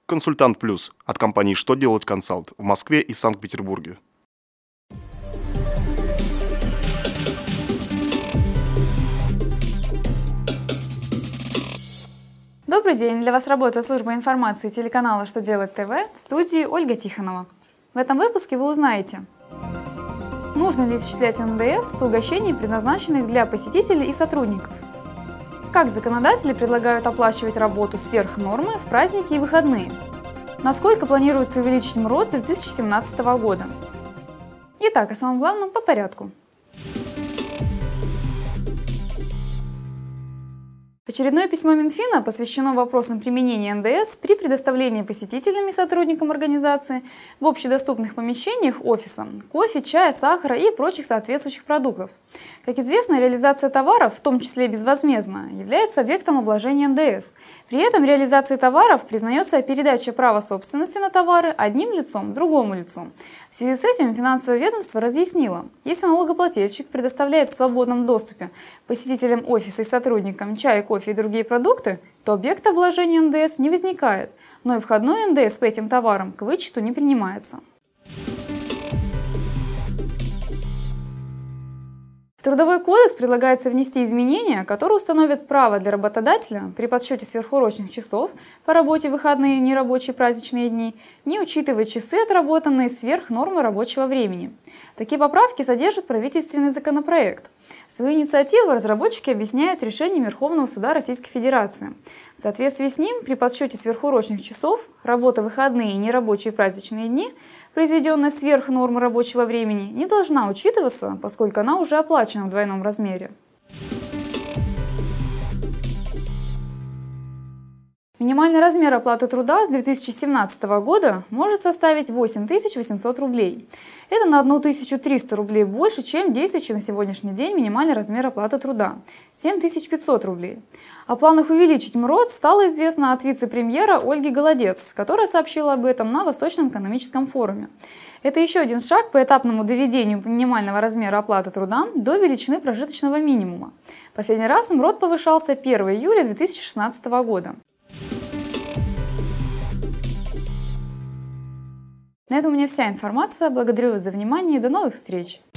Консультант Плюс от компании «Что делать консалт» в Москве и Санкт-Петербурге. Добрый день! Для вас работает служба информации телеканала «Что делать ТВ», в студии Ольга Тихонова. В этом выпуске вы узнаете: нужно ли исчислять НДС с угощений, предназначенных для посетителей и сотрудников? Как законодатели предлагают оплачивать работу сверх нормы в праздники и выходные? Насколько планируется увеличить МРОТ с 2017 года? Итак, о самом главном по порядку. Очередное письмо Минфина посвящено вопросам применения НДС при предоставлении посетителям и сотрудникам организации в общедоступных помещениях офиса кофе, чая, сахара и прочих соответствующих продуктов. Как известно, реализация товаров, в том числе безвозмездно, является объектом обложения НДС. При этом реализацией товаров признается передача права собственности на товары одним лицом другому лицу. В связи с этим финансовое ведомство разъяснило, если налогоплательщик предоставляет в свободном доступе посетителям офиса и сотрудникам чай, кофе и другие продукты, то объект обложения НДС не возникает, но и входной НДС по этим товарам к вычету не принимается. В Трудовой кодекс предлагается внести изменения, которые установят право для работодателя при подсчете сверхурочных часов по работе в выходные и нерабочие праздничные дни не учитывать часы, отработанные сверх нормы рабочего времени. Такие поправки содержит правительственный законопроект. Свои инициативы разработчики объясняют решением Верховного суда Российской Федерации. В соответствии с ним, при подсчете сверхурочных часов, работа в выходные и нерабочие праздничные дни, произведенная сверх нормы рабочего времени, не должна учитываться, поскольку она уже оплачена в двойном размере. Минимальный размер оплаты труда с 2017 года может составить 8800 рублей. Это на 1300 рублей больше, чем действующий на сегодняшний день минимальный размер оплаты труда – 7500 рублей. О планах увеличить МРОТ стало известно от вице-премьера Ольги Голодец, которая сообщила об этом на Восточном экономическом форуме. Это еще один шаг по этапному доведению минимального размера оплаты труда до величины прожиточного минимума. Последний раз МРОТ повышался 1 июля 2016 года. На этом у меня вся информация. Благодарю вас за внимание и до новых встреч!